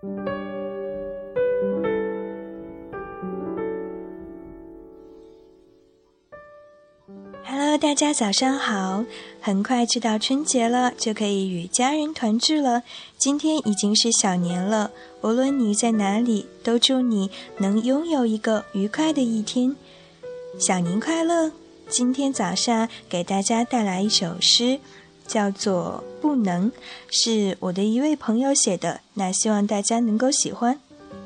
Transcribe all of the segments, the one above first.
Hello， 大家早上好！很快就到春节了，就可以与家人团聚了。今天已经是小年了，无论你在哪里，都祝你能拥有一个愉快的一天。小年快乐！今天早上给大家带来一首诗，叫做《不能》，是我的一位朋友写的，那希望大家能够喜欢。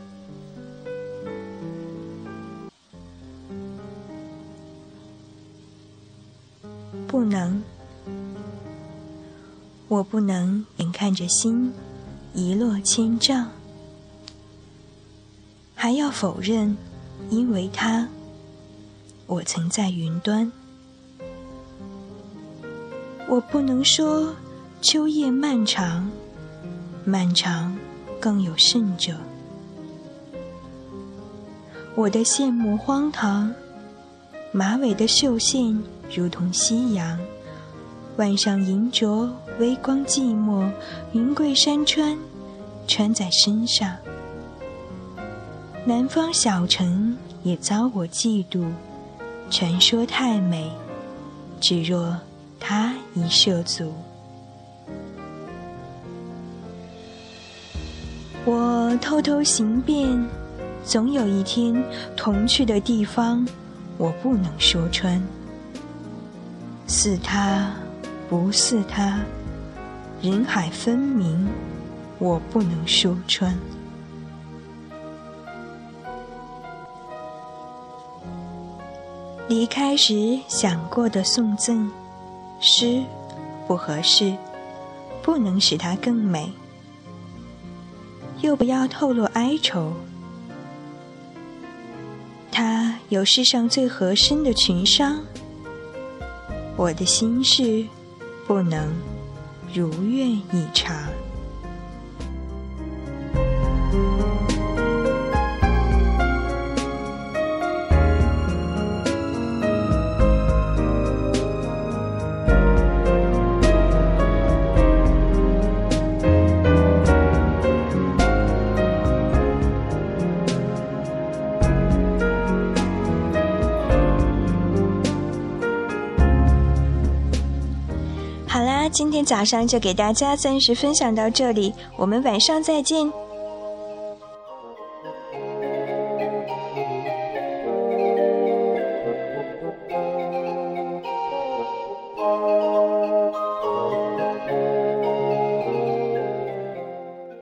不能，我不能眼看着心一落千丈，还要否认，因为他，我曾在云端。我不能说秋夜漫长，漫长更有甚者。我的羡慕荒唐，马尾的绣线如同夕阳，腕上银镯微光寂寞，云贵山川穿在身上。南方小城也遭我嫉妒，传说太美，只若他已涉足。我偷偷行遍，总有一天同去的地方，我不能说穿。似他不似他，人海分明，我不能说穿。离开时想过的送赠，诗不合适，不能使它更美，又不要透露哀愁。它有世上最合身的群商，我的心事不能如愿以偿。好啦，今天早上就给大家暂时分享到这里，我们晚上再见。